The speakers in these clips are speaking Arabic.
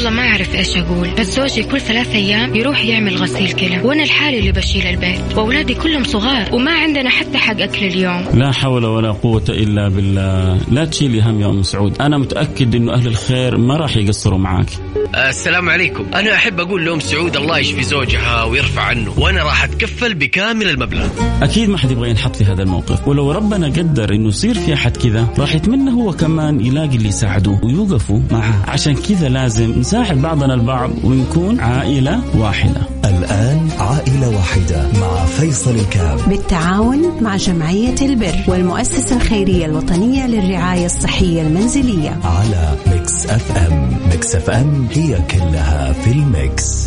والله ما أعرف إيش أقول، بس زوجي كل 3 أيام يروح يعمل غسيل كلى، وأنا الحالي اللي بشيل البيت، وأولادي كلهم صغار، وما عندنا حتى حق أكل اليوم. لا حول ولا قوة إلا بالله. لا تشيلي هم يا أم سعود، أنا متأكد إنه أهل الخير ما راح يقصروا معاك. السلام عليكم. أنا أحب أقول لأم سعود الله يشفي زوجها ويرفع عنه، وأنا راح أتكفل بكامل المبلغ. أكيد ما حد يبغى ينحط في هذا الموقف، ولو ربنا قدر إنه يصير في أحد كذا راح يتمنى هو كمان يلاقي اللي يساعده ويوقفوا معه. عشان كذا لازم نساعد بعضنا البعض ونكون عائلة واحدة. الآن عائلة واحدة مع فيصل الكاف بالتعاون مع جمعية البر والمؤسسة الخيرية الوطنية للرعاية الصحية المنزلية على ميكس اف ام. ميكس اف ام هي كلها في الميكس.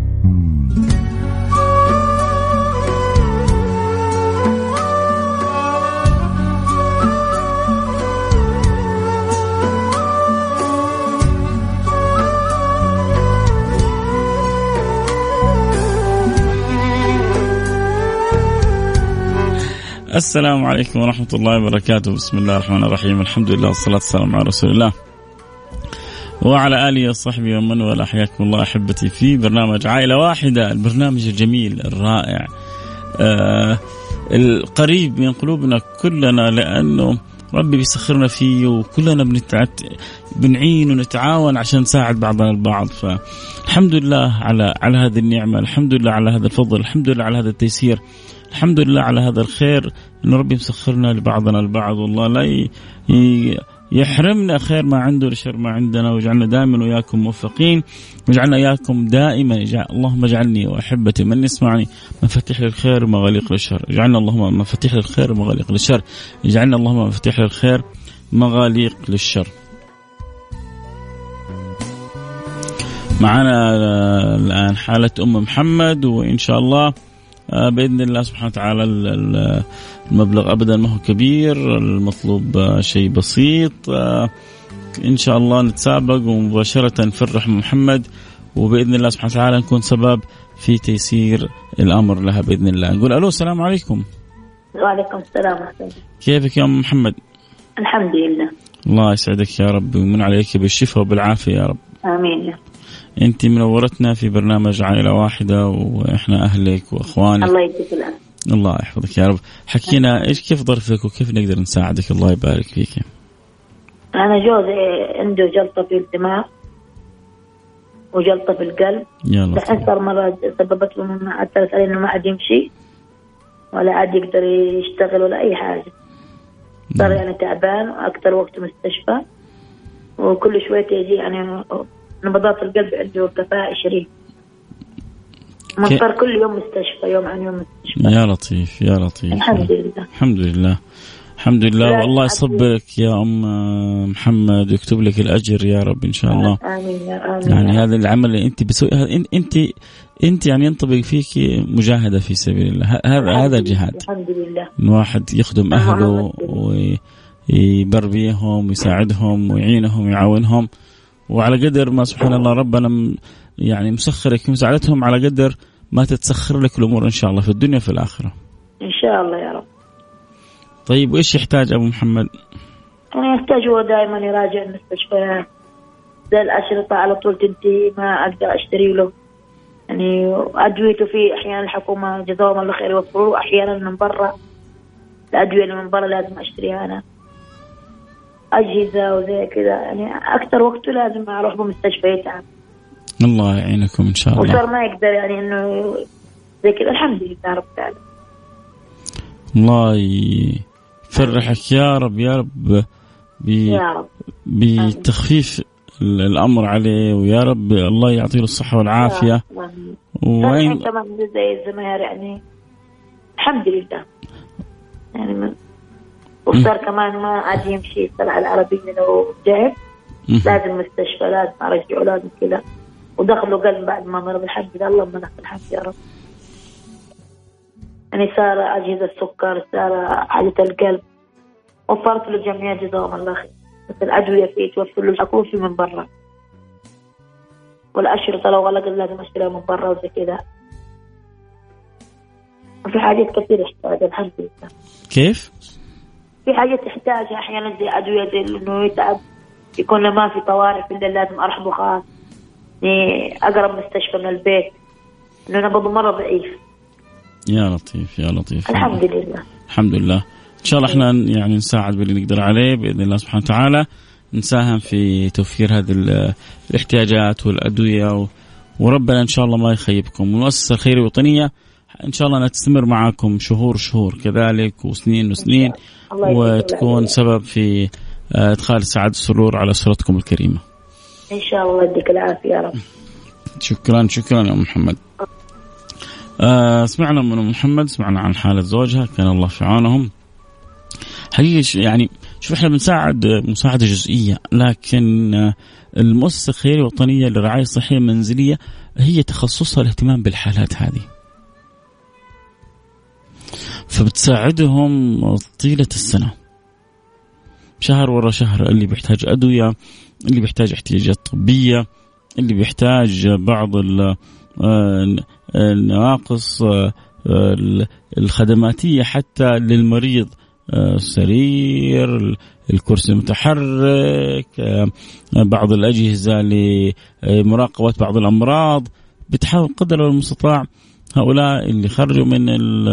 السلام عليكم ورحمة الله وبركاته. بسم الله الرحمن الرحيم. الحمد لله والصلاة والسلام على رسول الله وعلى آله وصحبه ومن والاه. حياكم الله أحبتي في برنامج عائلة واحدة، البرنامج الجميل الرائع القريب من قلوبنا كلنا، لأنه ربي بيسخرنا فيه وكلنا بنعين ونتعاون عشان نساعد بعضنا البعض. فالحمد لله على هذه النعمة، الحمد لله على هذا الفضل، الحمد لله على هذا التيسير، الحمد لله على هذا الخير إنه ربي مسخرنا لبعضنا البعض. والله لا يحرمنا خير ما عنده لشر ما عندنا، ويجعلنا دائما وياكم موفقين، ويجعلنا وياكم دائما اللهم اجعلني وأحبتي من يسمعني مفاتيح للخير ومغاليق للشر. اجعلنا اللهم مفاتيح للخير ومغاليق للشر. اجعلنا اللهم مفاتيح للخير مغاليق للشر. معنا الآن حالة أم محمد، وإن شاء الله بإذن الله سبحانه وتعالى المبلغ أبدا ما هو كبير، المطلوب شيء بسيط. إن شاء الله نتسابق ومباشرة نفرح محمد، وبإذن الله سبحانه وتعالى نكون سبب في تيسير الأمر لها بإذن الله. نقول ألو السلام عليكم. وعليكم السلام. كيفك يا أم محمد؟ الحمد لله. الله يسعدك يا رب ويمن عليك بالشفاء وبالعافية يا رب. آمين. أنت منورتنا في برنامج عائلة واحدة، وإحنا أهلك وأخوانك. الله يجزيك العافية. الله يحفظك يا رب. حكينا إيش كيف ظرفك وكيف نقدر نساعدك. الله يبارك فيك. أنا جوزي عنده جلطة في الدماغ وجلطة في القلب. الحين صار مرض سببت له إنه أثرت عليه إنه ما عاد يمشي ولا عاد يقدر يشتغل ولا أي حاجة. صار يعني تعبان وأكثر وقت مستشفى، وكل شوية يجي يعني نبضات القلب عنده كفاءة 20. مصدر كل يوم مستشفى، يوم عن يوم مستشفى. يا لطيف يا لطيف. الحمد لله الحمد لله الحمد لله. والله يصبرك يا أم محمد ويكتب لك الأجر يا رب إن شاء الله. آمين يا آمين. يعني هذا العمل اللي أنت بسوي، أنت يعني ينطبق فيك مجاهدة في سبيل الله. هذا جهاد. الحمد لله. الواحد يخدم أهله ويبر بيهم ويساعدهم ويعينهم ويعاونهم، وعلى قدر ما سبحان الله ربنا يعني مسخرك مساعدتهم على قدر ما تتسخر لك الأمور إن شاء الله في الدنيا وفي الآخرة إن شاء الله يا رب. طيب وإيش يحتاج أبو محمد؟ أنا يحتاج هو دائما يراجع المستشفيات، زي الأشرطة على طول تنتهي ما أقدر أشتري له، يعني أدويته في أحيانا الحكومة جزاهم الله خير يوفروه، أحيانا من برا الأدوية اللي من برا لازم أشتريها أنا، أجهزة وزي كذا، يعني أكثر وقته لازم أروح بمستشفى يتعب. الله يعينكم إن شاء الله. وصار ما يقدر يعني إنه زي كذا. الحمد لله رب العالمين. الله يفرحك يا رب يا رب بتخفيف الأمر عليه، ويا رب الله يعطيه الصحة والعافية. وين كمان زي الزمهر يعني الحمد لله يعني وصار كمان ما عاد يمشي الصراحة العربية لو تعب لازم مستشفى، لازم أرجعه، لازم كذا، ودخلوا قلب بعد ما مرض. الحمد لله اللهم لك الحمد يا رب. يعني صار أجهزة السكر، صار حاجة القلب، وفرت له جميع جزاهم الله خير. بس الأدوية فيه توفر له الحكومة في من برا، والأشرطة لو غلق لازم أشتريها من برا وزي كذا. وفي حاجات كثير يحتاج. الحمد لله. كيف؟ في حاجات تحتاجها أحيانا زي أدوية، زي إنه يتعب يكون ما في طوارئ في الليل لازم أرحبه خاص، أقرب مستشفى من البيت، لأن أنا برضو مرة ضعيف. يا لطيف يا لطيف. الحمد لله الحمد لله. إن شاء الله إحنا يعني نساعد باللي نقدر عليه بإذن الله سبحانه وتعالى، نساهم في توفير هذه الاحتياجات والأدوية، وربنا إن شاء الله ما يخيبكم. المؤسسة الخيرية الوطنية إن شاء الله تستمر معكم شهور كذلك وسنين وتكون سبب في إدخال السعادة والسرور على أسرتكم الكريمة إن شاء الله. يديك العافية يا رب. شكرا يا محمد. سمعنا من محمد، سمعنا عن حالة زوجها، كان الله في عونهم. حقيقة يعني شوف احنا بنساعد مساعدة جزئية، لكن المؤسسة الخيرية الوطنية للرعاية الصحية المنزلية هي تخصصها الاهتمام بالحالات هذه، فبتساعدهم طيلة السنة شهر ورا شهر، اللي بيحتاج أدوية، اللي بيحتاج احتياجات طبية، اللي بيحتاج بعض النواقص الخدماتية حتى للمريض، السرير، الكرسي المتحرك، بعض الأجهزة لمراقبة بعض الأمراض. بتحاول قدر المستطاع هؤلاء اللي خرجوا من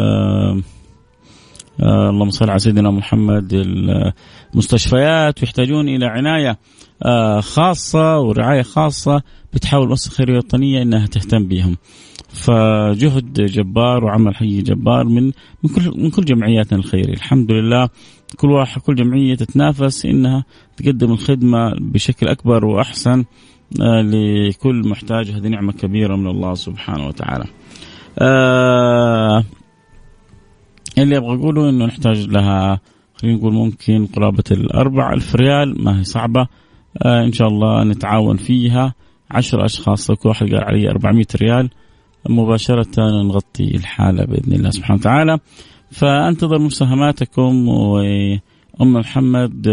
اللهم صل على سيدنا محمد المستشفيات ويحتاجون إلى عناية خاصة ورعاية خاصة، بتحاول المؤسسة الخيرية الوطنية أنها تهتم بهم. فجهد جبار وعمل حقيقي جبار من كل جمعياتنا الخيرية. الحمد لله كل جمعية تتنافس إنها تقدم الخدمة بشكل أكبر وأحسن لكل محتاج. هذه نعمة كبيرة من الله سبحانه وتعالى. اللي أبغى أقوله إنه نحتاج لها، خلينا نقول ممكن قرابة 4,000 ريال، ما هي صعبة. إن شاء الله نتعاون فيها. 10 أشخاص، كل واحد قال علي 400 ريال مباشرة نغطي الحالة بإذن الله سبحانه وتعالى. فأنتظر مساهماتكم. وأم محمد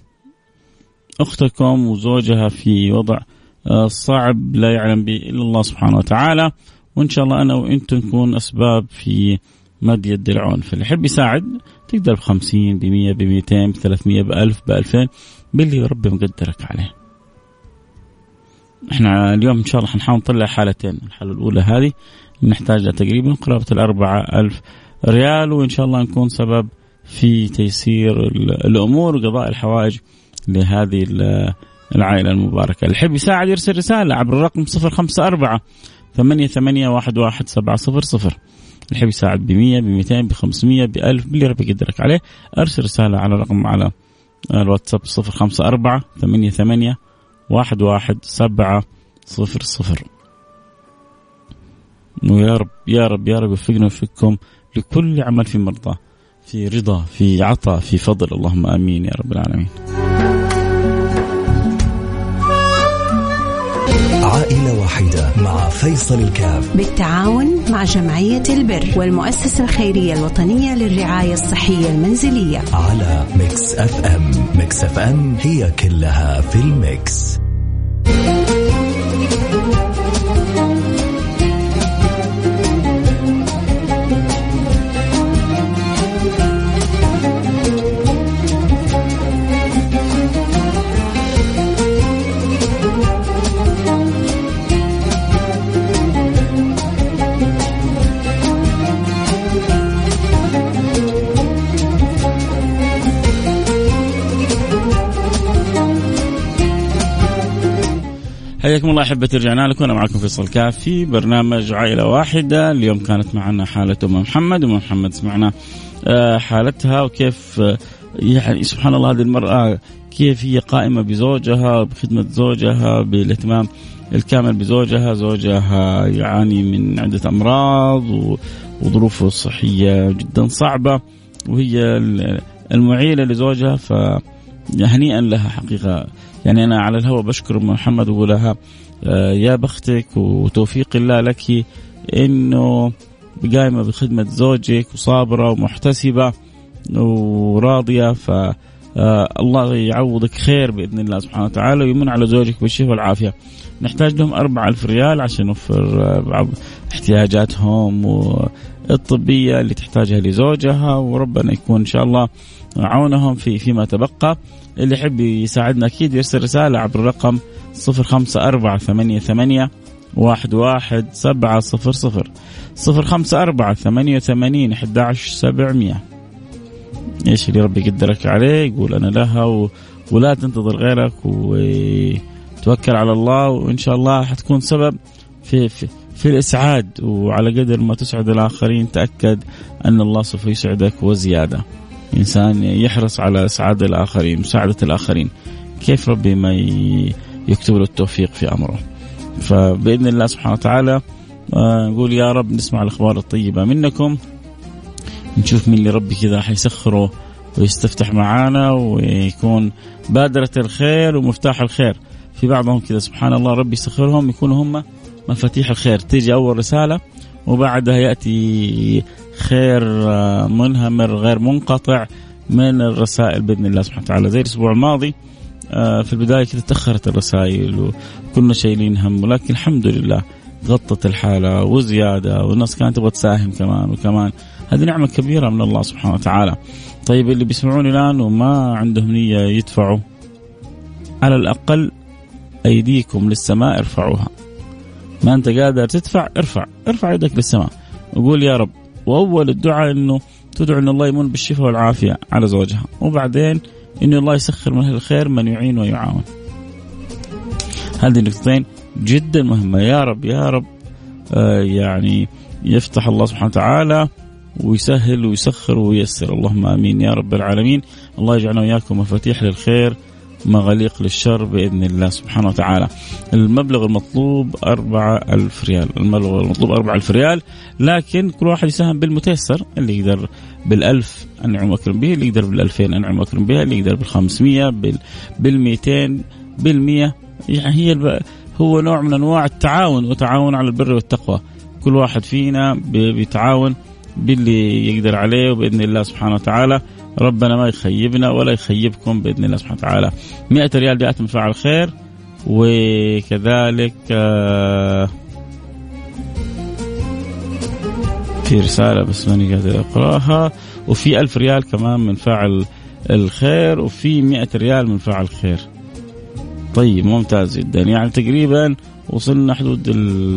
أختكم وزوجها في وضع صعب لا يعلم به إلا الله سبحانه وتعالى، وإن شاء الله أنا وإنتم نكون أسباب في مد يد العون. فاللي يحب يساعد تقدر ب50 ب100 ب200 ب300 ب1000 ب2000 باللي ربي مقدرك عليه. احنا اليوم ان شاء الله حنحاول نطلع حالتين. الحالة الأولى هذه نحتاج تقريبا قرابة 4,000 ريال، وإن شاء الله نكون سبب في تيسير الأمور وقضاء الحوائج لهذه العائلة المباركة. اللي يحب يساعد يرسل رسالة عبر الرقم 054-88-11-700. اللي يحب يساعد ب100 ب200 ب500 ب1000 باللي ربي يقدرك عليه، أرسل رسالة على الرقم على الواتساب 054-88-11-700. ويا رب يا رب يا رب يوفقنا ويوفقكم لكل عمل في مرضى، في رضا، في عطاء، في فضل. اللهم آمين يا رب العالمين. عائلة واحدة مع فيصل الكاف بالتعاون مع جمعية البر والمؤسسة الخيرية الوطنية للرعاية الصحية المنزلية على ميكس اف ام. ميكس اف ام هي كلها في الميكس. حياكم الله أحبتي، رجعنا لكم. أنا معكم فيصل كاف في برنامج عائلة واحدة. اليوم كانت معنا حالة أم محمد. أم محمد سمعنا حالتها وكيف يعني سبحان الله هذه المرأة كيف هي قائمة بزوجها، بخدمة زوجها، بالاهتمام الكامل بزوجها. زوجها يعاني من عدة أمراض وظروفه الصحية جدا صعبة، وهي المعيلة لزوجها. فهنيئا لها حقيقة. يعني أنا على الهواء بشكر محمد وأقول لها يا بختك وتوفيق الله لك إنه قائمة بخدمة زوجك وصابرة ومحتسبة وراضية. الله يعوضك خير بإذن الله سبحانه وتعالى ويمن على زوجك بالشفاء والعافية. نحتاج لهم 4000 ريال عشان نوفر بعض احتياجاتهم الطبية اللي تحتاجها لزوجها، وربنا يكون إن شاء الله عونهم فيما تبقى. اللي يحب يساعدنا أكيد يرسل رسالة عبر الرقم 0548811700 0548811700. ايش اللي ربي يقدرك عليه يقول أنا لها، ولا تنتظر غيرك وتوكل على الله، وإن شاء الله حتكون سبب في الإسعاد. وعلى قدر ما تسعد الآخرين تأكد أن الله سوف يسعدك وزيادة. إنسان يحرص على إسعاد الآخرين مساعدة الآخرين كيف ربي ما يكتب له التوفيق في أمره. فبإذن الله سبحانه وتعالى نقول يا رب نسمع الأخبار الطيبة منكم، نشوف من اللي ربي كذا حيسخره ويستفتح معانا ويكون بادرة الخير ومفتاح الخير. في بعضهم كذا سبحان الله ربي يسخرهم يكونوا هم مفاتيح الخير، تيجي أول رسالة وبعدها يأتي خير منهمر غير منقطع من الرسائل بإذن الله سبحانه وتعالى. زي الأسبوع الماضي في البداية كده تأخرت الرسائل وكنا شايلين هم، ولكن الحمد لله غطت الحالة وزيادة، والناس كانت تبغى تساهم كمان وكمان. هذه نعمة كبيرة من الله سبحانه وتعالى. طيب اللي بيسمعوني الآن وما عندهم نية يدفعوا، على الأقل أيديكم للسماء ارفعوها. ما أنت قادر تدفع ارفع يدك للسماء وقول يا رب. وأول الدعاء إنه تدعو إن الله يمن بالشفاء والعافية على زوجها، وبعدين إنه الله يسخر من الخير من يعين ويعاون. هذه النقطتين جدا مهمة. يا رب يا رب يعني يفتح الله سبحانه وتعالى ويسهل ويسخر وييسر، اللهم آمين يا رب العالمين. الله يجعلنا وإياكم مفاتيح للخير مغاليق للشر بإذن الله سبحانه وتعالى. المبلغ المطلوب 4000 ريال، المبلغ المطلوب 4000 ريال، لكن كل واحد يساهم بالمتيسر. اللي يقدر بال1000 أنعم وأكرم به، اللي يقدر بال2000 أنعم وأكرم بها، اللي يقدر بال500 بال200 بال100. يعني هو نوع من أنواع التعاون، وتعاون على البر والتقوى. كل واحد فينا بيتعاون باللي يقدر عليه، وبإذن الله سبحانه وتعالى ربنا ما يخيبنا ولا يخيبكم بإذن الله سبحانه وتعالى. 100 ريال جاءت من فاعل خير، وكذلك في رسالة بس ماني قادر أقرأها، وفي 1000 ريال كمان من فاعل الخير، وفي 100 ريال من فاعل خير. طيب ممتاز جدا، يعني تقريبا وصلنا حدود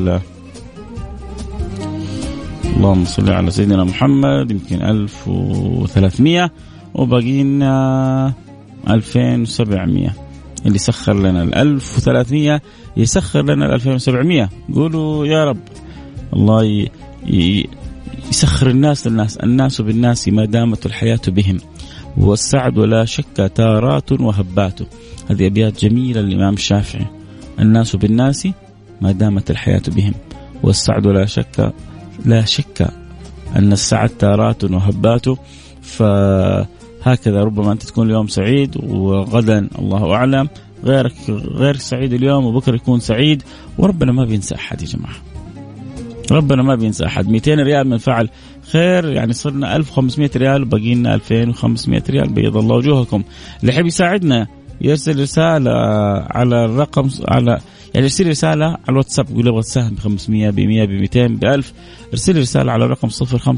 اللهم صل على سيدنا محمد يمكن 1300، وبقينا 2700. اللي سخر لنا 1300 يسخر لنا 2700. قولوا يا رب الله يسخر الناس للناس، الناس بالناس ما دامت الحياة بهم، والسعد ولا شك تارات وهبات. هذه أبيات جميلة للإمام الشافعي. الناس بالناس ما دامت الحياة بهم، والسعد لا شك أن السعد تارات وهبات. فهكذا ربما أنت تكون اليوم سعيد وغدا الله أعلم غير سعيد اليوم، وبكرة يكون سعيد. وربنا ما بينسى أحد يا جماعة، ربنا ما بينسى أحد. 200 ريال من فعل خير يعني صرنا 1500 ريال، وبقينا 2500 ريال. بيض الله وجوهكم. اللي يحب يساعدنا يرسل رسالة على الرقم، يعني يرسل رسالة على الواتساب يقول أبغى تساهم ب500 ب100 ب200 ب1000. ارسل رسالة على الرقم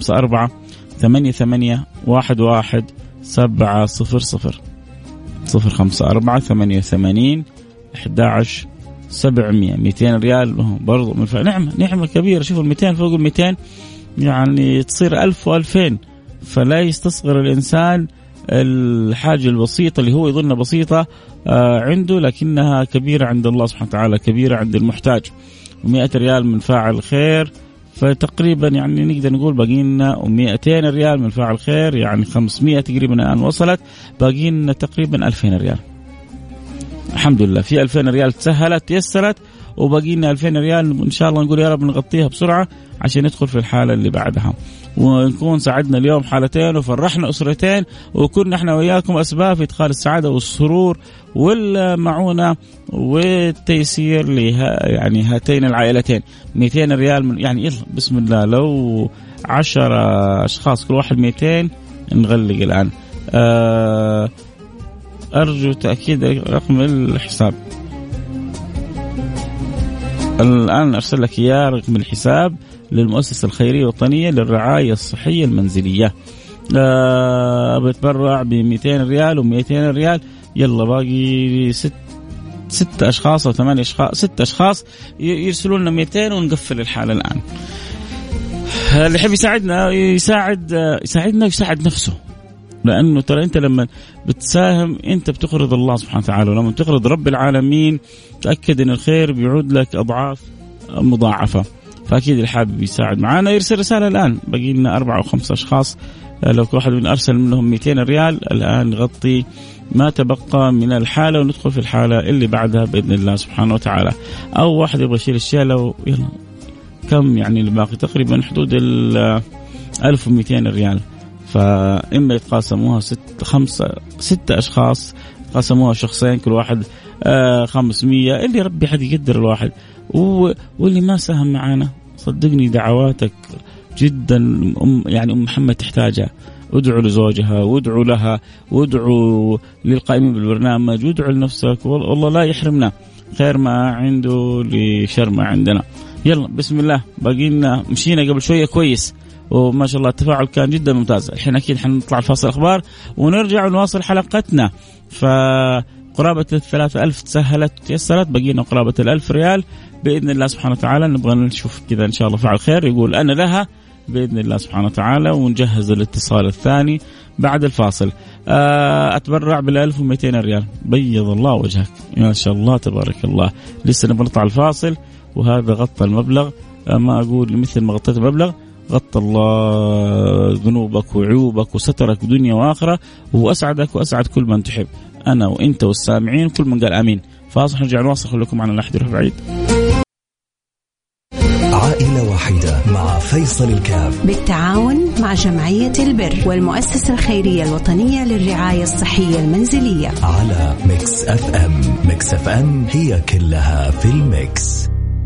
0548811700 0548811700. 200 ريال برضو من نعمة كبيرة. شوفوا 200 فوق 200 يعني تصير 1000 و2000. فلا يستصغر الإنسان الحاجة البسيطة اللي هو يظن بسيطة عنده، لكنها كبيرة عند الله سبحانه وتعالى، كبيرة عند المحتاج. 100 ريال من فاعل خير، فتقريبا يعني نقدر نقول باقينا 200 ريال من فاعل خير، يعني 500 تقريبا الآن وصلت، باقينا تقريبا 2000 ريال. الحمد لله في 2000 ريال تسهلت تيسرت، وباقينا 2000 ريال إن شاء الله نقول يا رب نغطيها بسرعة عشان ندخل في الحالة اللي بعدها، ونكون ساعدنا اليوم حالتين وفرحنا أسرتين، وكنا احنا وياكم أسباب في إدخال السعادة والسرور والمعونة والتيسير يعني هاتين العائلتين. 200 ريال يعني يلا بسم الله، لو 10 أشخاص كل واحد 200 نغلق الآن. أرجو تأكيد رقم الحساب. الآن أرسل لك إياه رقم الحساب للمؤسسة الخيرية الوطنية للرعاية الصحية المنزلية. بتبرع ب200 ريال و200 ريال. يلا باقي 6 أشخاص أو 8 أشخاص، 6 أشخاص يرسلوا لنا 200 ونقفل الحالة الآن. اللي يحب يساعدنا يساعدنا ويساعد نفسه، لأنه ترى أنت لما بتساهم أنت بتقرض الله سبحانه وتعالى، ولما بتقرض رب العالمين تأكد أن الخير بيعود لك أضعاف مضاعفة. فأكيد اللي حابب يساعد معنا يرسل رسالة الآن. باقي لنا 4 أو 5 أشخاص، لو كل واحد من أرسل منهم 200 ريال الآن نغطي ما تبقى من الحالة وندخل في الحالة اللي بعدها بإذن الله سبحانه وتعالى. أو واحد يبغى يشيل الشيلة يلا كم يعني اللي باقي؟ تقريبا حدود 1200 ريال. فإما يتقاسموها 6 أشخاص، قاسموها شخصين كل واحد 500، اللي ربي حد يقدر الواحد. واللي ما ساهم معنا صدقني دعواتك جدا يعني أم محمد تحتاجها. ادعوا لزوجها وادعوا لها وادعوا للقائمين بالبرنامج وادعوا لنفسك، والله لا يحرمنا خير ما عنده لشر ما عندنا. يلا بسم الله، باقينا مشينا قبل شوية كويس وما شاء الله التفاعل كان جدا ممتاز. الحين أكيد حنطلع الفاصل أخبار ونرجع ونواصل حلقتنا. فقرابة 3000 تسهلت وتيسرت، بقينا قرابة 1000 ريال بإذن الله سبحانه وتعالى. نبغى نشوف كذا إن شاء الله فعل خير يقول أنا لها بإذن الله سبحانه وتعالى، ونجهز الاتصال الثاني بعد الفاصل. أتبرع بال1200 ريال. بيض الله وجهك ما شاء الله تبارك الله. لسه نبغى نطلع الفاصل وهذا غطى المبلغ. ما أقول مثل ما غطيت المبلغ، غطى الله ذنوبك وعيوبك وسترك دنيا وآخرة، وأسعدك وأسعد كل من تحب، أنا وإنت والسامعين كل من قال آمين. فاصل نرجع نواصل، خليكم معنا لا أحد يروح بعيد. عائلة واحدة مع فيصل الكاف بالتعاون مع جمعية البر والمؤسسة الخيرية الوطنية للرعاية الصحية المنزلية على ميكس اف ام. ميكس اف ام هي كلها في الميكس.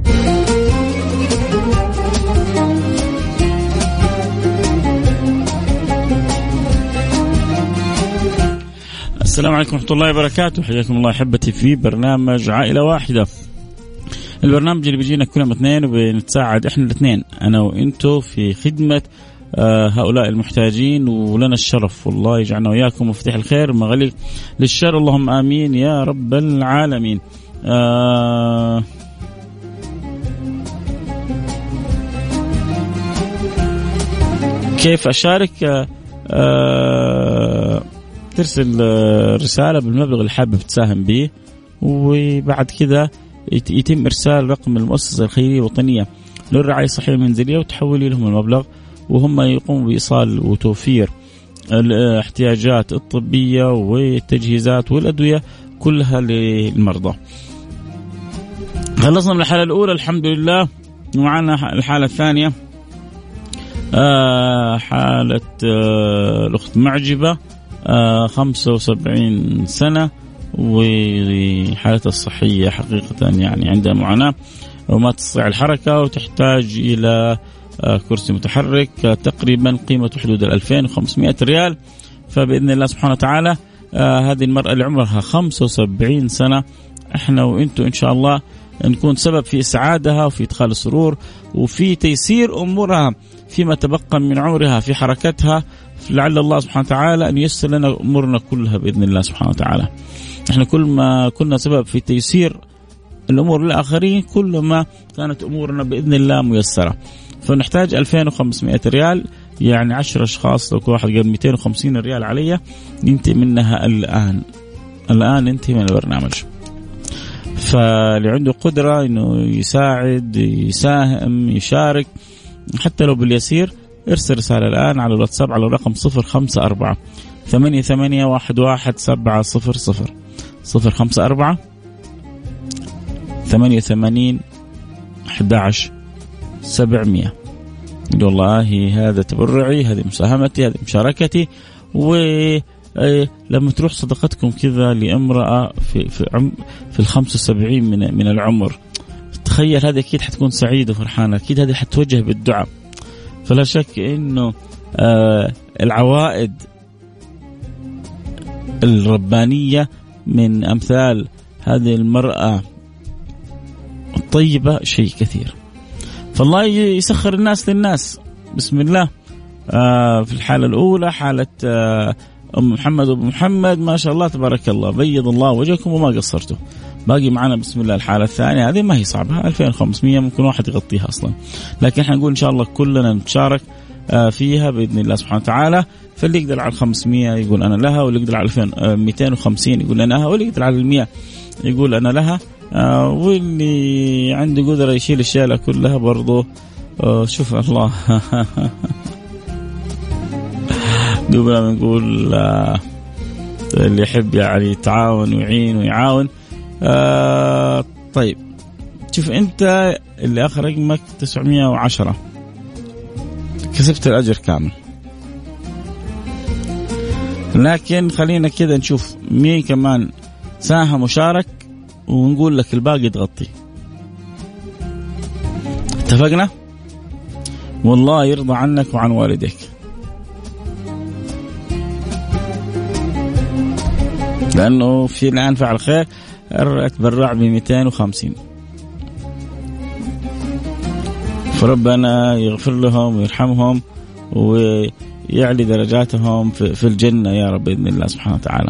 السلام عليكم ورحمة الله وبركاته. حياكم الله أحبتي في برنامج عائلة واحدة، البرنامج اللي بيجينا كل يوم اثنين وبنتساعد احنا الاثنين انا وانتو في خدمة هؤلاء المحتاجين، ولنا الشرف والله يجعلنا وياكم مفتاح الخير مغلق للشر، اللهم آمين يا رب العالمين. كيف أشارك؟ ترسل رسالة بالمبلغ اللي حابب تساهم به، وبعد كذا يتم إرسال رقم المؤسسة الخيرية الوطنية للرعاية الصحية المنزلية وتحولي لهم المبلغ، وهم يقوموا بإيصال وتوفير الاحتياجات الطبية والتجهيزات والأدوية كلها للمرضى. خلصنا من الحالة الأولى الحمد لله، ومعنا الحالة الثانية حالة الأخت معجبة 75 سنة، وحالتها الصحية حقيقة يعني عندها معاناة وما تستطيع الحركة وتحتاج إلى كرسي متحرك، تقريبا قيمة حدود 2500 ريال. فبإذن الله سبحانه وتعالى هذه المرأة اللي عمرها 75 سنة احنا وانتو إن شاء الله نكون سبب في إسعادها وفي إدخال السرور وفي تيسير أمورها فيما تبقى من عمرها في حركتها. لعل الله سبحانه وتعالى أن ييسر لنا أمورنا كلها بإذن الله سبحانه وتعالى. احنا كل ما كنا سبب في تيسير الأمور للآخرين كل ما كانت أمورنا بإذن الله ميسرة. فنحتاج 2500 ريال، يعني 10 أشخاص، لو كل واحد قال 250 ريال علي ننتهي منها الآن ننتهي من البرنامج. فاللي عنده قدرة إنه يساعد يساهم يشارك حتى لو باليسير ارسل رسالة الآن على الواتساب على الرقم 054 88 11700 054 88 11700. والله هذا تبرعي، هذه مساهمتي، هذه مشاركتي. ولما تروح صدقتكم كذا لامرأة في 75 من العمر، تخيل هذه أكيد حتكون سعيدة وفرحانة، أكيد هذه حتوجه بالدعاء. فلا شك إنه العوائد الربانية من أمثال هذه المرأة الطيبة شيء كثير. فالله يسخر الناس للناس بسم الله. في الحالة الأولى حالة أم محمد وأبو محمد ما شاء الله تبارك الله بيض الله وجهكم وما قصرتوا. باقي معنا بسم الله الحالة الثانية، هذه ما هي صعبة 2500 ممكن واحد يغطيها أصلا، لكن احنا نقول إن شاء الله كلنا نتشارك فيها بإذن الله سبحانه وتعالى. فاللي يقدر على 500 يقول أنا لها، واللي يقدر على 2250 يقول أنا لها، واللي يقدر على 100 يقول أنا لها، واللي عنده قدرة يشيل الشيلة كلها برضو. شوف الله دوبنا بنقول اللي يحب يعني يتعاون ويعين ويعاون. طيب شوف أنت اللي آخر رقمك 910 كسبت الأجر كامل، لكن خلينا كده نشوف مين كمان ساهم وشارك ونقول لك الباقي تغطي. اتفقنا؟ والله يرضى عنك وعن والديك، لأنه في الآن فعل خير اتبرع ب250، فربنا يغفر لهم ويرحمهم ويعلي درجاتهم في الجنة يا رب بإذن الله سبحانه وتعالى.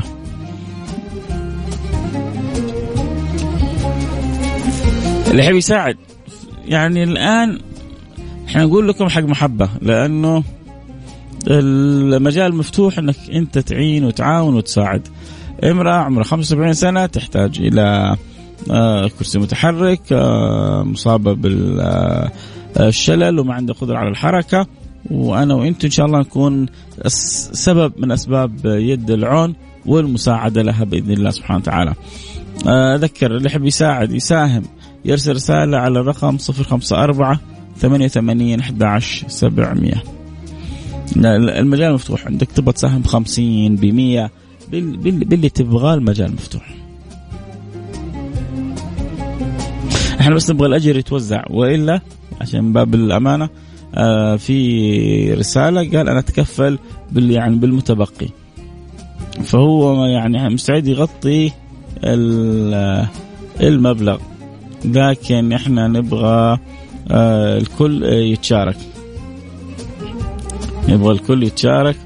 اللي يحب يساعد يعني الآن احنا نقول لكم حق محبة، لأنه المجال مفتوح انك انت تعين وتعاون وتساعد. امرأة عمرها 75 سنة تحتاج إلى كرسي متحرك، مصابة بالشلل وما عنده قدرة على الحركة، وأنا وإنت إن شاء الله نكون سبب من أسباب يد العون والمساعدة لها بإذن الله سبحانه وتعالى. أذكر اللي يحب يساعد يساهم يرسل رسالة على الرقم 054 88 11 700. المجال مفتوح، عندك تبغى تساهم ب50 ب100 باللي تبغاه، المجال مفتوح. احنا بس نبغى الأجر يتوزع، وإلا عشان باب الأمانة في رسالة قال أنا أتكفل يعني بالمتبقي، فهو يعني مستعد يغطي المبلغ، لكن احنا نبغى الكل يتشارك، نبغى الكل يتشارك.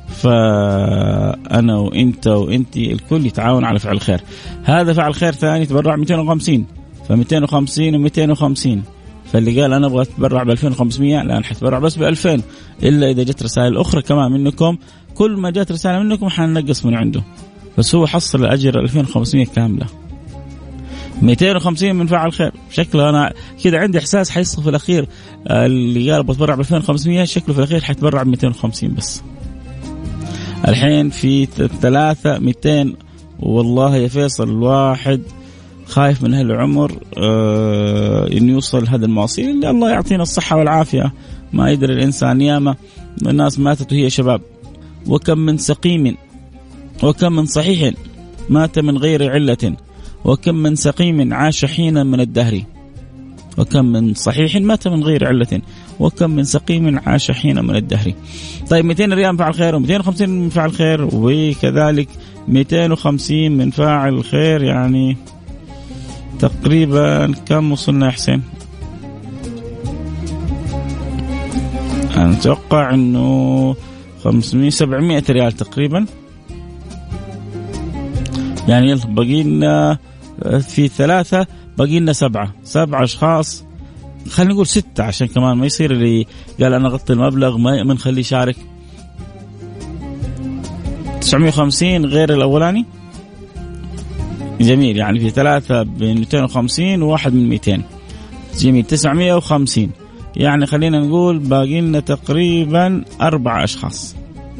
فأنا وإنت وإنتي الكل يتعاون على فعل خير. هذا فعل خير ثاني تبرع 250، ف250 و250. فاللي قال أنا أبغى أتبرع ب2500 الآن حتبرع بس ب2000، إلا إذا جت رسائل أخرى كمان منكم. كل ما جت رسالة منكم حننقص من عنده، بس هو حصل الأجر 2500 كاملة. 250 من فعل خير، شكله أنا كده عندي إحساس حيصل في الأخير اللي قال بتبرع ب2500 شكله في الأخير حتبرع ب250 بس. الحين في 300 والله يا فيصل الواحد خايف من هالعمر إنه يوصل هذا المواصيل. اللي الله يعطينا الصحة والعافية، ما يدري الإنسان ياما الناس ماتت وهي شباب، وكم من سقيم وكم من صحيح مات من غير علة، وكم من سقيم عاش حينا من الدهر، وكم من صحيح مات من غير علة، وكم من سقيم عاش حينا من الدهر. طيب 200 ريال من فاعل خير، و250 من فاعل خير، وكذلك 250 من فاعل خير، يعني تقريبا كم وصلنا يا حسين؟ أنا أتوقع أنه 500-700 ريال تقريبا. يعني يلا بقينا في 3 بقينا 7 أشخاص، خلينا نقول 6 عشان كمان ما يصير اللي قال أنا غطي المبلغ ما نخليه يشارك. 950 غير الأولاني، جميل. يعني في 3 ب250 وواحد من 200، جميل. 950. يعني خلينا نقول باقينا تقريبا 4 أشخاص،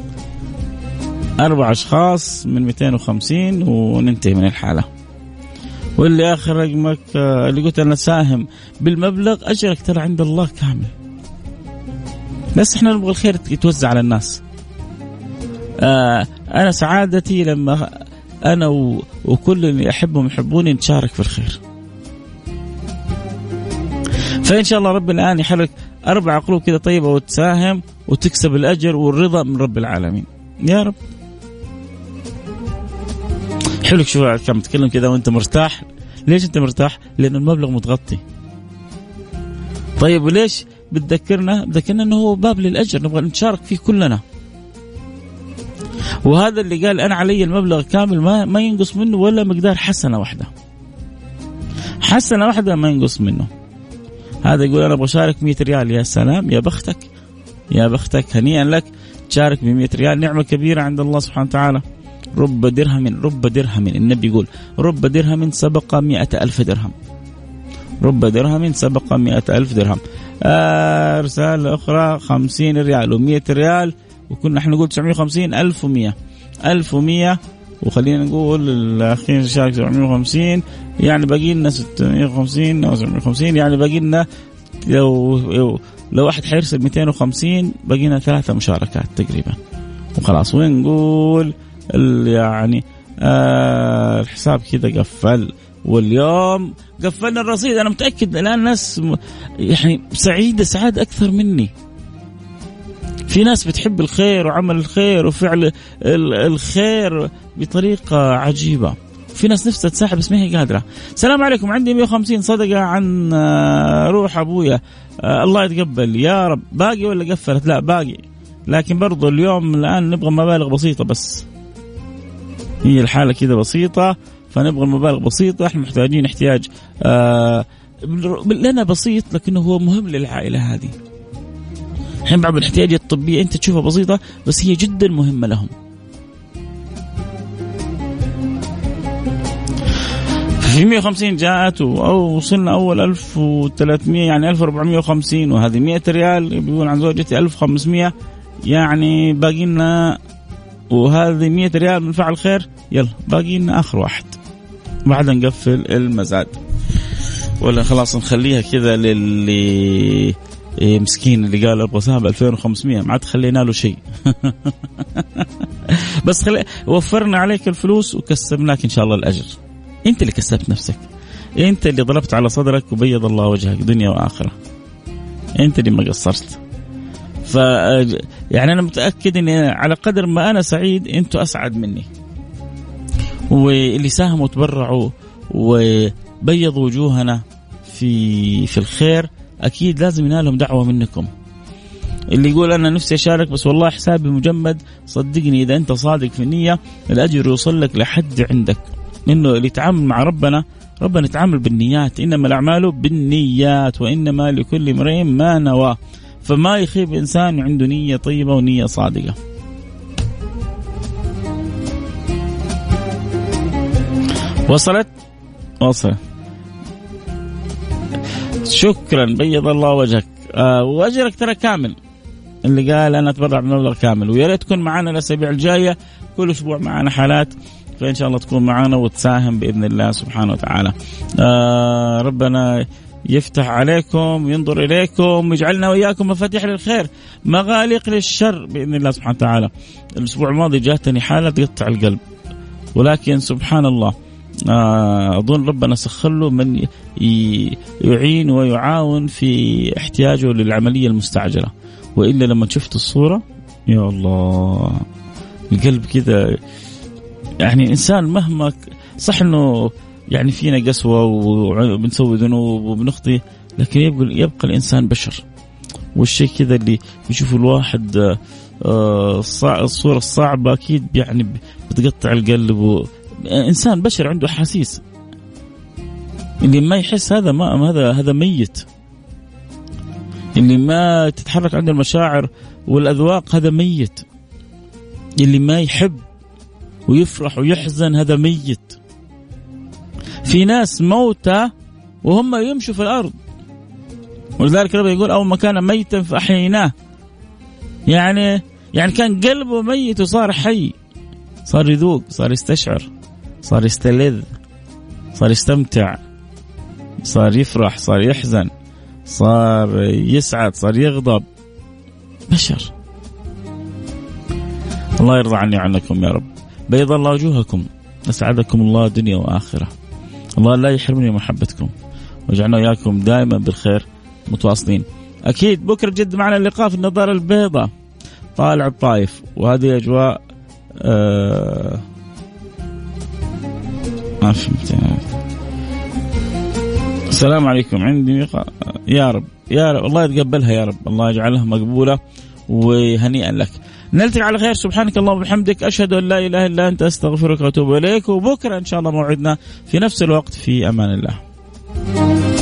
4 أشخاص من 250 وننتهي من الحالة. واللي آخر رقمك اللي قلت أنا ساهم بالمبلغ، أجرك ترى عند الله كامل، بس إحنا نبغى الخير يتوزع على الناس. أنا سعادتي لما أنا وكل اللي أحبهم يحبوني نتشارك في الخير. فإن شاء الله رب الآن يحرك 4 قلوب كده طيبة وتساهم وتكسب الأجر والرضا من رب العالمين يا رب. حلوك شو كم تتكلم كذا وانت مرتاح. ليش انت مرتاح؟ لأن المبلغ متغطي. طيب وليش بتذكرنا انه هو باب للأجر، نبغى نشارك فيه كلنا. وهذا اللي قال أنا علي المبلغ كامل ما ينقص منه ولا مقدار حسنة واحدة، حسنة واحدة ما ينقص منه. هذا يقول أنا أبغى أشارك 100 ريال. يا سلام، يا بختك يا بختك، هنيئا لك، تشارك ب100 ريال، نعمة كبيرة عند الله سبحانه وتعالى. رب درهم النبي يقول رب درهم سبق 100,000 درهم، رب درهم سبق 100,000 درهم. رسالة أخرى 50 ريال و100 ريال، وكنا احنا نقول 950 1100 وخلينا نقول الأخير شارك 750، يعني باقي لنا 650 أو 750، يعني باقي لنا لو واحد حيرسل 250 باقي لنا 3 مشاركات تقريبا وخلاص. ونقول يعني الحساب كذا قفل، واليوم قفلنا الرصيد. أنا متأكد الآن ناس يعني سعيدة سعادة أكثر مني. في ناس بتحب الخير وعمل الخير وفعل الخير بطريقة عجيبة. في ناس نفسها تساعد بس ما هي قادرة. السلام عليكم، عندي 150 صدقة عن روح أبويا، الله يتقبل يا رب. باقي ولا قفلت؟ لا باقي، لكن برضو اليوم الآن نبغى مبالغ بسيطة، بس هي الحالة كده بسيطة، فنبغى المبالغ بسيطة. احنا محتاجين احتياج لنا بسيط لكنه هو مهم للعائلة هذه. الحين بعض الاحتياجات الطبية أنت تشوفها بسيطة بس هي جدا مهمة لهم. في 150 جاءت أو وصلنا أول 1300 يعني 1450، وهذه 100 ريال بيقول عن زوجتي 1500، يعني باقي لنا، وهذه 100 ريال من فعل خير. يلا باقي لنا آخر واحد بعد نقفل المزاد، ولا خلاص نخليها كذا للي مسكين اللي قال أبغى سحب 2500 ما عاد خلينا له شيء. بس وفرنا عليك الفلوس وكسبناك إن شاء الله الأجر. أنت اللي كسبت نفسك، أنت اللي ضربت على صدرك وبيض الله وجهك دنيا وآخرة، أنت اللي ما قصرت. يعني أنا متأكد أن على قدر ما أنا سعيد أنتوا أسعد مني، واللي ساهموا وتبرعوا وبيضوا وجوهنا في الخير أكيد لازم ينالهم دعوة منكم. اللي يقول أنا نفسي أشارك بس والله حسابي مجمد، صدقني إذا أنت صادق في النية الأجر يوصل لك لحد عندك. إنه اللي يتعامل مع ربنا يتعامل بالنيات، إنما الأعمال بالنيات وإنما لكل امرئ ما نوى. فما يخيب إنسان عنده نية طيبة ونية صادقة. وصلت شكرا، بيض الله وجهك. وأجرك ترى كامل. اللي قال أنا أتبرع بمبلغ كامل، ويا ريت تكون معنا الأسابيع الجاية، كل أسبوع معنا حالات، فإن شاء الله تكون معنا وتساهم بإذن الله سبحانه وتعالى. ربنا يفتح عليكم، ينظر إليكم، ويجعلنا وإياكم مفاتيح للخير مغاليق للشر بإذن الله سبحانه وتعالى. الأسبوع الماضي جاتني حالة تقطع القلب، ولكن سبحان الله أظن ربنا سخر له من يعين ويعاون في احتياجه للعملية المستعجلة. وإلا لما شفت الصورة يا الله القلب كذا، يعني إنسان مهما صح إنه يعني فينا قسوة وبنسوي ذنوب وبنخطي، لكن يبقى الإنسان بشر. والشيء كذا اللي بيشوفه الواحد الصورة الصعبة أكيد يعني بتقطع القلب. إنسان بشر عنده أحاسيس، اللي ما يحس هذا ميت. اللي ما تتحرك عنده المشاعر والأذواق هذا ميت. اللي ما يحب ويفرح ويحزن هذا ميت. في ناس موتى وهم يمشوا في الأرض، ولذلك ربنا يقول أو ما كان ميتا فأحييناه. يعني كان قلبه ميت وصار حي، صار يذوق، صار يستشعر، صار يستلذ، صار يستمتع، صار يفرح، صار يحزن، صار يسعد، صار يغضب. بشر. الله يرضى عني عنكم يا رب، بيض الله وجوهكم، أسعدكم الله دنيا وآخرة. الله لا يحرمني محبتكم، وجعلنا إياكم دائما بالخير متواصلين. أكيد بكرة جد معنا اللقاء في النظارة البيضاء طالع الطائف، وهذه أجواء ما فهمت. السلام عليكم، عندي يا رب الله يتقبلها يا رب، الله يجعلها مقبولة وهنيئا لك. نلتقي على خير، سبحانك اللهم وبحمدك، أشهد أن لا إله إلا أنت، أستغفرك وأتوب إليك. وبكرة إن شاء الله موعدنا في نفس الوقت، في أمان الله.